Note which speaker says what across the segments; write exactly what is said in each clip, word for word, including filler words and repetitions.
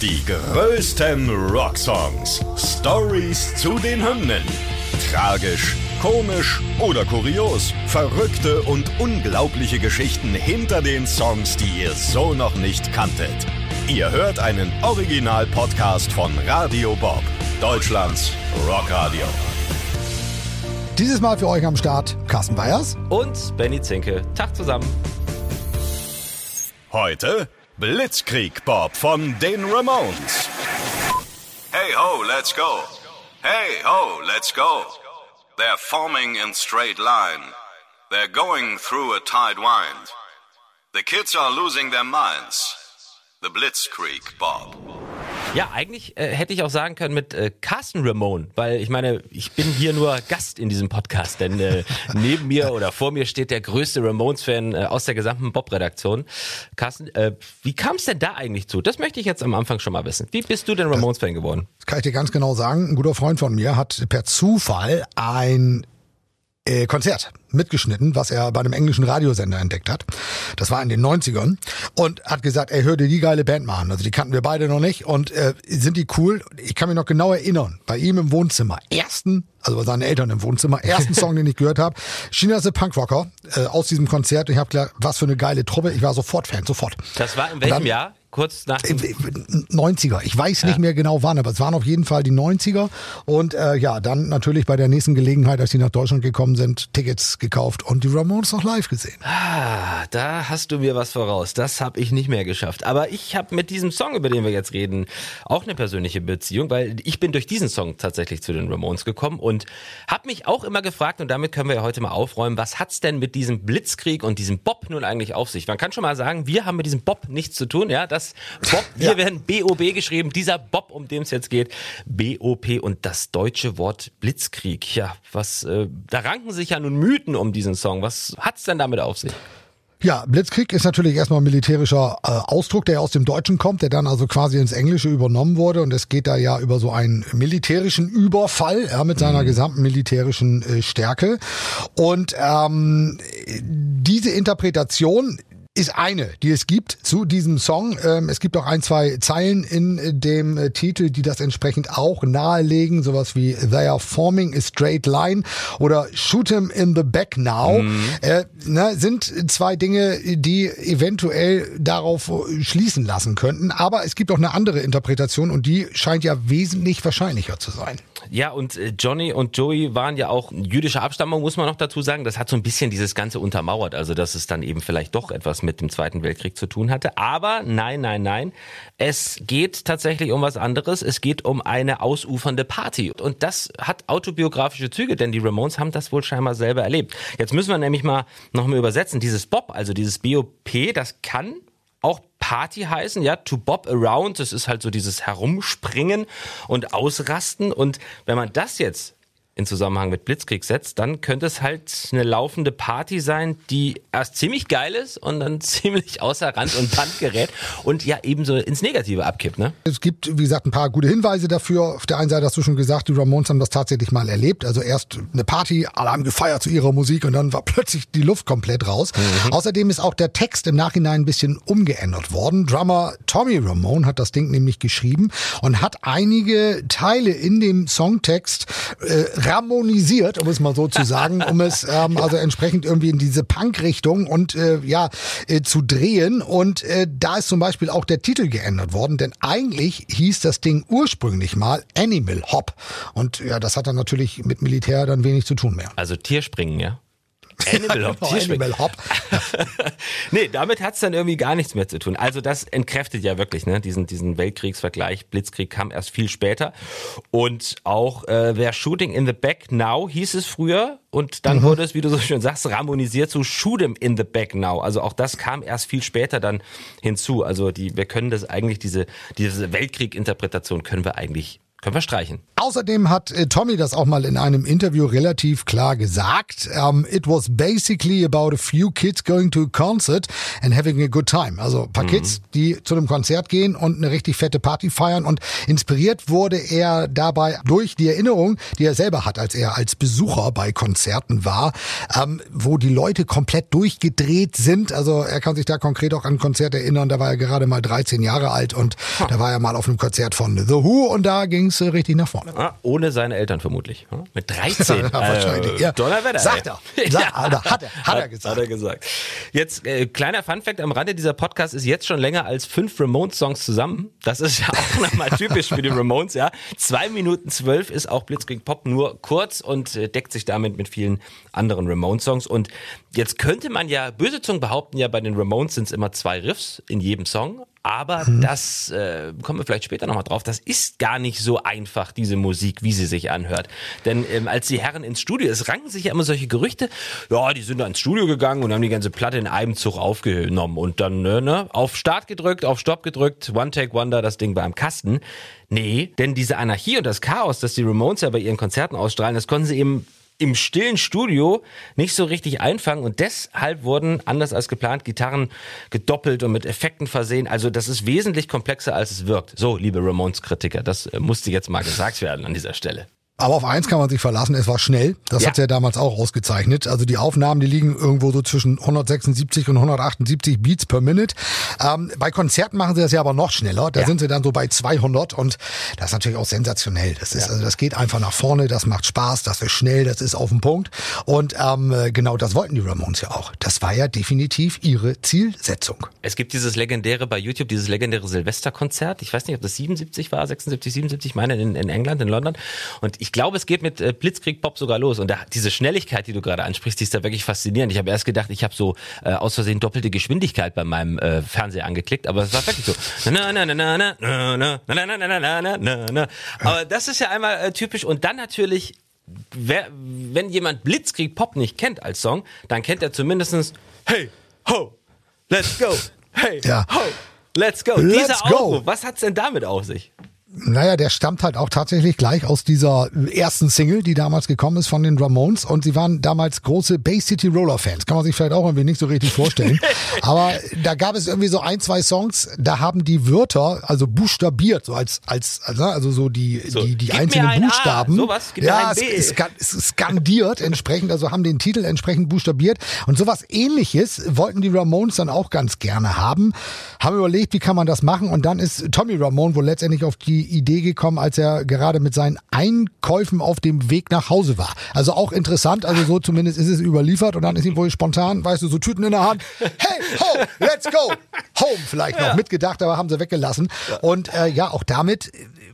Speaker 1: Die größten Rocksongs. Stories zu den Hymnen. Tragisch, komisch oder kurios. Verrückte und unglaubliche Geschichten hinter den Songs, die ihr so noch nicht kanntet. Ihr hört einen Original-Podcast von Radio Bob, Deutschlands Rockradio.
Speaker 2: Dieses Mal für euch am Start Carsten Weyers
Speaker 3: und Benny Zinke. Tag zusammen.
Speaker 1: Heute Blitzkrieg Bob von den Ramones. Hey ho, let's go. Hey ho, let's go. They're forming in straight line. They're going through a tight wind. The kids are losing their minds. The Blitzkrieg Bob.
Speaker 3: Ja, eigentlich äh, hätte ich auch sagen können mit äh, Carsten Ramone, weil ich meine, ich bin hier nur Gast in diesem Podcast, denn äh, neben mir oder vor mir steht der größte Ramones-Fan äh, aus der gesamten Bob-Redaktion. Carsten, äh, wie kam es denn da eigentlich zu? Das möchte ich jetzt am Anfang schon mal wissen. Wie bist du denn Ramones-Fan geworden?
Speaker 2: Das kann ich dir ganz genau sagen. Ein guter Freund von mir hat per Zufall ein äh, Konzert mitgeschnitten, was er bei einem englischen Radiosender entdeckt hat. Das war in den neunzigern und hat gesagt, ey, hör dir die geile Band mal an. Also die kannten wir beide noch nicht und äh, sind die cool? Ich kann mich noch genau erinnern, bei ihm im Wohnzimmer, ersten, also bei seinen Eltern im Wohnzimmer, ersten Song, den ich gehört habe, China the Punkrocker äh, aus diesem Konzert. Und ich habe gedacht, was für eine geile Truppe. Ich war sofort Fan, sofort.
Speaker 3: Das war in welchem dann, Jahr? Kurz nach dem
Speaker 2: neunziger. Ich weiß ja. nicht mehr genau wann, aber es waren auf jeden Fall die neunziger. Und äh, ja, dann natürlich bei der nächsten Gelegenheit, als die nach Deutschland gekommen sind, Tickets gekauft und die Ramones noch live gesehen.
Speaker 3: Ah, da hast du mir was voraus. Das habe ich nicht mehr geschafft. Aber ich habe mit diesem Song, über den wir jetzt reden, auch eine persönliche Beziehung, weil ich bin durch diesen Song tatsächlich zu den Ramones gekommen und habe mich auch immer gefragt, und damit können wir ja heute mal aufräumen, was hat's denn mit diesem Blitzkrieg und diesem Bob nun eigentlich auf sich? Man kann schon mal sagen, wir haben mit diesem Bob nichts zu tun, ja, das Bob, hier ja. werden B O B geschrieben, dieser Bob, um den es jetzt geht, B O P und das deutsche Wort Blitzkrieg. Ja, was, äh, da ranken sich ja nun Mythen um diesen Song. Was hat's denn damit auf sich?
Speaker 2: Ja, Blitzkrieg ist natürlich erstmal ein militärischer äh, Ausdruck, der aus dem Deutschen kommt, der dann also quasi ins Englische übernommen wurde und es geht da ja über so einen militärischen Überfall ja, mit seiner mhm. gesamten militärischen äh, Stärke und ähm, diese Interpretation ist eine, die es gibt zu diesem Song. Ähm, es gibt auch ein, zwei Zeilen in äh, dem äh, Titel, die das entsprechend auch nahelegen. Sowas wie They are forming a straight line oder Shoot him in the back now. Mhm. Äh, na, sind zwei Dinge, die eventuell darauf schließen lassen könnten. Aber es gibt auch eine andere Interpretation und die scheint ja wesentlich wahrscheinlicher zu sein.
Speaker 3: Ja, und äh, Johnny und Joey waren ja auch jüdischer Abstammung, muss man noch dazu sagen. Das hat so ein bisschen dieses Ganze untermauert. Also, dass es dann eben vielleicht doch etwas mit dem Zweiten Weltkrieg zu tun hatte. Aber nein, nein, nein. Es geht tatsächlich um was anderes. Es geht um eine ausufernde Party. Und das hat autobiografische Züge, denn die Ramones haben das wohl scheinbar selber erlebt. Jetzt müssen wir nämlich mal noch mal übersetzen. Dieses Bob, also dieses B O P, das kann auch Party heißen, ja, to bob around. Das ist halt so dieses Herumspringen und Ausrasten. Und wenn man das jetzt in Zusammenhang mit Blitzkrieg setzt, dann könnte es halt eine laufende Party sein, die erst ziemlich geil ist und dann ziemlich außer Rand und Band gerät und ja ebenso ins Negative abkippt, ne?
Speaker 2: Es gibt, wie gesagt, ein paar gute Hinweise dafür. Auf der einen Seite hast du schon gesagt, die Ramones haben das tatsächlich mal erlebt. Also erst eine Party, alle haben gefeiert zu ihrer Musik und dann war plötzlich die Luft komplett raus. Mhm. Außerdem ist auch der Text im Nachhinein ein bisschen umgeändert worden. Drummer Tommy Ramone hat das Ding nämlich geschrieben und hat einige Teile in dem Songtext äh, ramonisiert, um es mal so zu sagen, um es ähm, also entsprechend irgendwie in diese Punk-Richtung und äh, ja äh, zu drehen. Und äh, da ist zum Beispiel auch der Titel geändert worden, denn eigentlich hieß das Ding ursprünglich mal Animal Hop. Und ja, das hat dann natürlich mit Militär dann wenig zu tun mehr.
Speaker 3: Also Tierspringen, ja? Animal Hop,
Speaker 2: ja, genau, Animal Hop.
Speaker 3: Nee, damit hat's dann irgendwie gar nichts mehr zu tun. Also das entkräftet ja wirklich, ne, diesen diesen Weltkriegsvergleich. Blitzkrieg kam erst viel später und auch äh, They're shooting in the back now hieß es früher und dann mhm. wurde es, wie du so schön sagst, ramonisiert zu Shoot him in the back now. Also auch das kam erst viel später dann hinzu. Also die wir können das eigentlich diese diese Weltkrieg-Interpretation können wir eigentlich Können wir streichen.
Speaker 2: Außerdem hat äh, Tommy das auch mal in einem Interview relativ klar gesagt. Um, it was basically about a few kids going to a concert and having a good time. Also ein paar mhm. Kids, die zu einem Konzert gehen und eine richtig fette Party feiern. Und inspiriert wurde er dabei durch die Erinnerung, die er selber hat, als er als Besucher bei Konzerten war, ähm, wo die Leute komplett durchgedreht sind. Also er kann sich da konkret auch an ein Konzert erinnern. Da war er gerade mal dreizehn Jahre alt und huh. da war er mal auf einem Konzert von The Who und da ging es richtig nach vorne.
Speaker 3: Ah, ohne seine Eltern vermutlich. Mit dreizehn.
Speaker 2: Ja, wahrscheinlich. Ja.
Speaker 3: Donnerwetter.
Speaker 2: Sagt er. Sagt, ja. hat, er hat er gesagt.
Speaker 3: Hat er gesagt. Jetzt, äh, kleiner Funfact am Rande, dieser Podcast ist jetzt schon länger als fünf Ramones-Songs zusammen. Das ist ja auch nochmal typisch für die Ramones, ja. Zwei Minuten zwölf ist auch Blitzkrieg Pop, nur kurz und äh, deckt sich damit mit vielen anderen Ramones-Songs. Und jetzt könnte man ja, böse Zungen behaupten ja, bei den Ramones sind es immer zwei Riffs in jedem Song. Aber mhm. das, äh, kommen wir vielleicht später nochmal drauf, das ist gar nicht so einfach, diese Musik, wie sie sich anhört. Denn ähm, als die Herren ins Studio, es ranken sich ja immer solche Gerüchte, ja, die sind da ins Studio gegangen und haben die ganze Platte in einem Zug aufgenommen und dann ne, ne, auf Start gedrückt, auf Stopp gedrückt, One Take Wonder, das Ding war im Kasten. Nee, denn diese Anarchie und das Chaos, das die Ramones ja bei ihren Konzerten ausstrahlen, das konnten sie eben im stillen Studio nicht so richtig einfangen und deshalb wurden, anders als geplant, Gitarren gedoppelt und mit Effekten versehen. Also das ist wesentlich komplexer, als es wirkt. So, liebe Ramones-Kritiker, das musste jetzt mal gesagt werden an dieser Stelle.
Speaker 2: Aber auf eins kann man sich verlassen, es war schnell. Das ja. hat's ja damals auch ausgezeichnet. Also die Aufnahmen, die liegen irgendwo so zwischen hundertsechsundsiebzig und hundertachtundsiebzig Beats per Minute. Ähm, bei Konzerten machen sie das ja aber noch schneller. Da ja. sind sie dann so bei zweihundert und das ist natürlich auch sensationell. Das ist, ja. also das geht einfach nach vorne, das macht Spaß, das ist schnell, das ist auf den Punkt. Und ähm, genau das wollten die Ramones ja auch. Das war ja definitiv ihre Zielsetzung.
Speaker 3: Es gibt dieses legendäre bei YouTube, dieses legendäre Silvesterkonzert. Ich weiß nicht, ob das siebenundsiebzig war, sechsundsiebzig, siebenundsiebzig, meine in, in England, in London. Und ich glaube, es geht mit äh, Blitzkrieg Pop sogar los. Und da, diese Schnelligkeit, die du gerade ansprichst, die ist da wirklich faszinierend. Ich habe erst gedacht, ich habe so äh, aus Versehen doppelte Geschwindigkeit bei meinem äh, Fernseher angeklickt, aber es war wirklich so. Na, na, na, na, na, na, na, na, na, na, na, na, na, na. Aber das ist ja einmal äh, typisch. Und dann natürlich, wer, wenn jemand Blitzkrieg Pop nicht kennt als Song, dann kennt er zumindestens Hey, ho, let's go. Hey,
Speaker 2: ja.
Speaker 3: ho, let's go.
Speaker 2: Let's
Speaker 3: Dieser
Speaker 2: go.
Speaker 3: Aufruf, was hat's denn damit auf sich?
Speaker 2: Naja, der stammt halt auch tatsächlich gleich aus dieser ersten Single, die damals gekommen ist von den Ramones. Und sie waren damals große Bay City Roller Fans. Kann man sich vielleicht auch irgendwie nicht so richtig vorstellen. Aber da gab es irgendwie so ein, zwei Songs, da haben die Wörter, also buchstabiert, so als, als, also so die, so, die, die einzelnen ein Buchstaben.
Speaker 3: A, sowas, gib
Speaker 2: ja,
Speaker 3: mir ein B.
Speaker 2: Es, es, es skandiert entsprechend, also haben den Titel entsprechend buchstabiert. Und sowas Ähnliches wollten die Ramones dann auch ganz gerne haben. Haben überlegt, wie kann man das machen? Und dann ist Tommy Ramone wohl letztendlich auf die Idee gekommen, als er gerade mit seinen Einkäufen auf dem Weg nach Hause war. Also auch interessant, also so zumindest ist es überliefert und dann ist ihm wohl spontan, weißt du, so Tüten in der Hand, hey, ho, let's go, home vielleicht noch, ja. mitgedacht, aber haben sie weggelassen. Ja. Und äh, ja, auch damit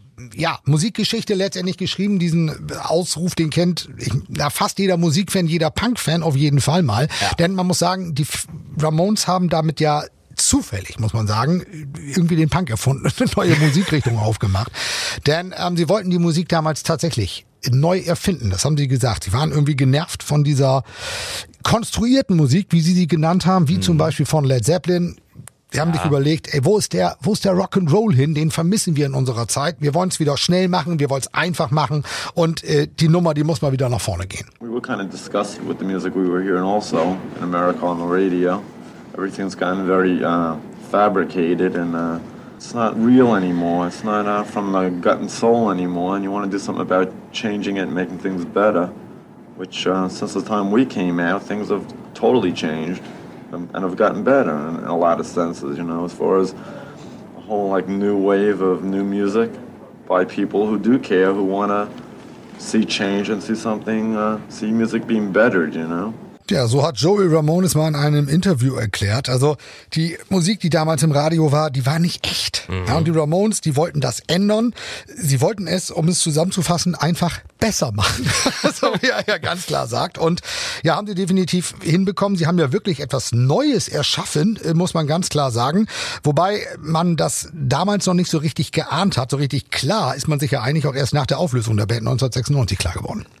Speaker 2: ja, Musikgeschichte letztendlich geschrieben, diesen Ausruf, den kennt ich, na, fast jeder Musikfan, jeder Punkfan auf jeden Fall mal, ja. denn man muss sagen, die Ramones haben damit ja zufällig, muss man sagen, irgendwie den Punk erfunden, eine neue Musikrichtung aufgemacht. Denn ähm, sie wollten die Musik damals tatsächlich neu erfinden. Das haben sie gesagt. Sie waren irgendwie genervt von dieser konstruierten Musik, wie sie sie genannt haben, wie mhm. zum Beispiel von Led Zeppelin. Sie haben ja. sich überlegt, ey, wo ist der, wo ist der Rock'n'Roll hin? Den vermissen wir in unserer Zeit. Wir wollen es wieder schnell machen, wir wollen es einfach machen und äh, die Nummer, die muss mal wieder nach vorne gehen.
Speaker 4: We were kind of disgusted with the music we were hearing also in America on the radio. Everything's gotten very uh, fabricated and uh, it's not real anymore. It's not uh, from the gut and soul anymore. And you want to do something about changing it and making things better, which uh, since the time we came out, things have totally changed and, and have gotten better in, in a lot of senses, you know, as far as a whole like new wave of new music by people who do care, who want to see change and see something, uh, see music being bettered, you know.
Speaker 2: Ja, so hat Joey Ramone es mal in einem Interview erklärt. Also die Musik, die damals im Radio war, die war nicht echt. Mhm. Ja, und die Ramones, die wollten das ändern. Sie wollten es, um es zusammenzufassen, einfach besser machen. So wie er ja ganz klar sagt. Und ja, haben sie definitiv hinbekommen. Sie haben ja wirklich etwas Neues erschaffen, muss man ganz klar sagen. Wobei man das damals noch nicht so richtig geahnt hat. So richtig klar ist man sich ja eigentlich auch erst nach der Auflösung der Band neunzehnhundertsechsundneunzig klar geworden.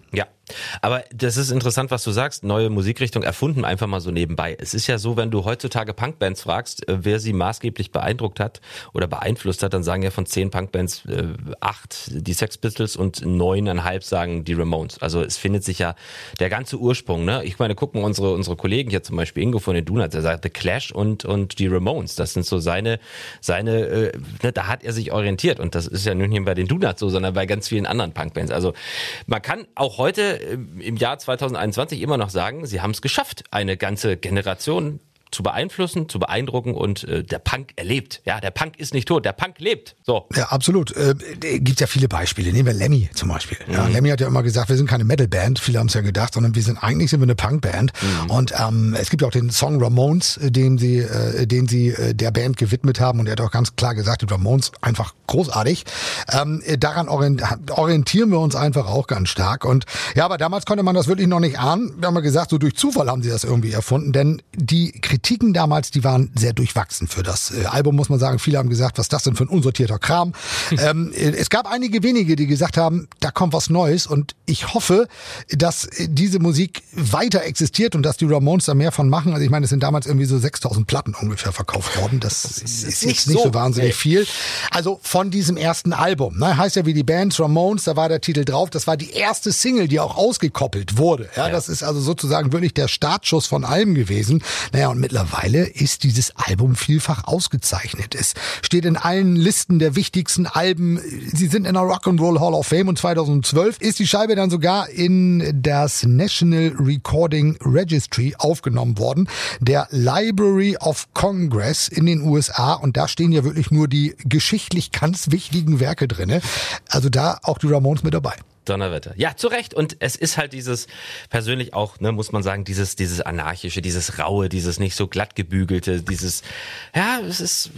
Speaker 3: Ja, aber das ist interessant, was du sagst, neue Musikrichtung erfunden, einfach mal so nebenbei. Es ist ja so, wenn du heutzutage Punkbands fragst, wer sie maßgeblich beeindruckt hat oder beeinflusst hat, dann sagen ja von zehn Punkbands äh, acht die Sex Pistols und neuneinhalb sagen die Ramones. Also es findet sich ja der ganze Ursprung, ne? Ich meine, gucken unsere unsere Kollegen hier zum Beispiel, Ingo von den Donuts, der sagt The Clash und und die Ramones, das sind so seine, seine äh, ne, da hat er sich orientiert und das ist ja nicht nur bei den Donuts so, sondern bei ganz vielen anderen Punkbands. Also man kann auch heute im Jahr zwanzig einundzwanzig immer noch sagen, sie haben es geschafft, eine ganze Generation zu beeinflussen, zu beeindrucken und äh, der Punk erlebt. Ja, der Punk ist nicht tot, der Punk lebt. So.
Speaker 2: Ja, absolut. Äh, gibt ja viele Beispiele. Nehmen wir Lemmy zum Beispiel. Mhm. Ja, Lemmy hat ja immer gesagt, wir sind keine Metal-Band, viele haben es ja gedacht, sondern wir sind eigentlich sind wir eine Punk-Band. Mhm. Und ähm, es gibt ja auch den Song Ramones, den sie, äh, den sie äh, der Band gewidmet haben. Und er hat auch ganz klar gesagt, die Ramones einfach großartig. Ähm, daran orientieren wir uns einfach auch ganz stark. Und ja, aber damals konnte man das wirklich noch nicht ahnen. Wir haben ja gesagt, so durch Zufall haben sie das irgendwie erfunden, denn die Kritiken damals, die waren sehr durchwachsen für das äh, Album, muss man sagen. Viele haben gesagt, was ist das denn für ein unsortierter Kram? ähm, es gab einige wenige, die gesagt haben, da kommt was Neues und ich hoffe, dass diese Musik weiter existiert und dass die Ramones da mehr von machen. Also ich meine, es sind damals irgendwie so sechstausend Platten ungefähr verkauft worden. Das, das ist, ist jetzt nicht so, so wahnsinnig nee. viel. Also von diesem ersten Album, ne, heißt ja wie die Band Ramones, da war der Titel drauf. Das war die erste Single, die auch ausgekoppelt wurde. Ja, ja. Das ist also sozusagen wirklich der Startschuss von allem gewesen. Naja, und mittlerweile ist dieses Album vielfach ausgezeichnet. Es steht in allen Listen der wichtigsten Alben. Sie sind in der Rock'n'Roll Hall of Fame und zweitausendzwölf ist die Scheibe dann sogar in das National Recording Registry aufgenommen worden, der Library of Congress in den U S A. Und da stehen ja wirklich nur die geschichtlich ganz wichtigen Werke drinne. Also da auch die Ramones mit dabei.
Speaker 3: Donnerwetter. Ja, zu Recht. Und es ist halt dieses, persönlich auch, ne, muss man sagen, dieses, dieses anarchische, dieses raue, dieses nicht so glatt gebügelte, dieses, ja, es ist,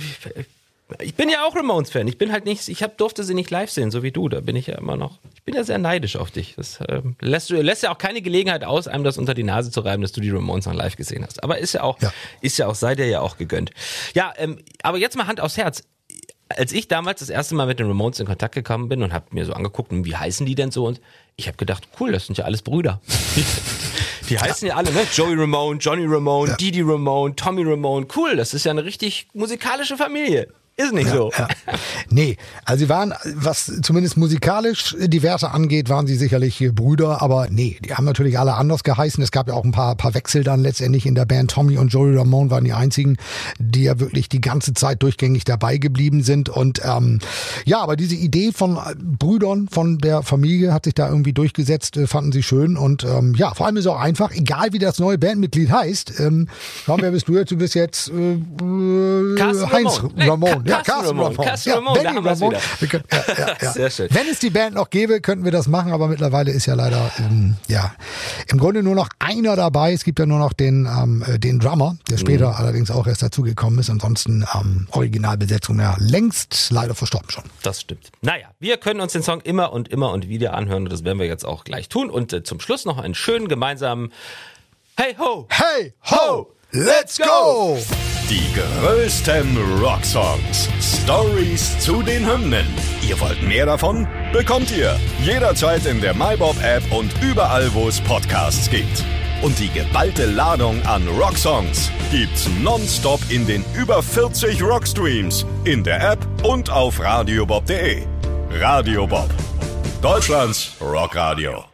Speaker 3: ich bin ja auch Ramones-Fan. Ich bin halt nicht, ich hab, durfte sie nicht live sehen, so wie du. Da bin ich ja immer noch, ich bin ja sehr neidisch auf dich. Das ähm, lässt, du, lässt ja auch keine Gelegenheit aus, einem das unter die Nase zu reiben, dass du die Ramones noch live gesehen hast. Aber ist ja auch, ja. ist ja auch, sei dir ja auch gegönnt. Ja, ähm, aber jetzt mal Hand aufs Herz. Als ich damals das erste Mal mit den Ramones in Kontakt gekommen bin und habe mir so angeguckt, wie heißen die denn so? Und ich habe gedacht, cool, das sind ja alles Brüder. Die heißen ja alle, ne? Joey Ramone, Johnny Ramone, ja. Didi Ramone, Tommy Ramone. Cool, das ist ja eine richtig musikalische Familie. Ist nicht
Speaker 2: ja,
Speaker 3: so.
Speaker 2: Ja. Nee, also sie waren, was zumindest musikalisch die Werte angeht, waren sie sicherlich Brüder, aber nee, die haben natürlich alle anders geheißen. Es gab ja auch ein paar, paar Wechsel dann letztendlich in der Band. Tommy und Joey Ramone waren die einzigen, die ja wirklich die ganze Zeit durchgängig dabei geblieben sind. Und ähm, ja, aber diese Idee von Brüdern, von der Familie hat sich da irgendwie durchgesetzt, äh, fanden sie schön. Und ähm, ja, vor allem ist es auch einfach, egal wie das neue Bandmitglied heißt. Ähm, wer bist du jetzt? Du bist jetzt äh, Heinz
Speaker 3: Ramone.
Speaker 2: Ramone.
Speaker 3: Ja, Carsten Ramone. Carsten Ramone, ja, da haben wir es wieder.
Speaker 2: Wir können, ja, ja, ja.
Speaker 3: Sehr schön.
Speaker 2: Wenn es die Band noch gäbe, könnten wir das machen, aber mittlerweile ist ja leider ähm, ja im Grunde nur noch einer dabei. Es gibt ja nur noch den ähm, den Drummer, der später mhm. allerdings auch erst dazugekommen ist. Ansonsten ähm, Originalbesetzung ja längst leider verstorben schon.
Speaker 3: Das stimmt. Naja, wir können uns den Song immer und immer und wieder anhören und das werden wir jetzt auch gleich tun. Und äh, zum Schluss noch einen schönen gemeinsamen Hey Ho!
Speaker 2: Hey Ho! Let's go!
Speaker 1: Die größten Rocksongs. Stories zu den Hymnen. Ihr wollt mehr davon? Bekommt ihr jederzeit in der MyBob-App und überall, wo es Podcasts gibt. Und die geballte Ladung an Rocksongs gibt's nonstop in den über vierzig Rockstreams, in der App und auf radiobob punkt de. Radio Bob. Deutschlands Rockradio.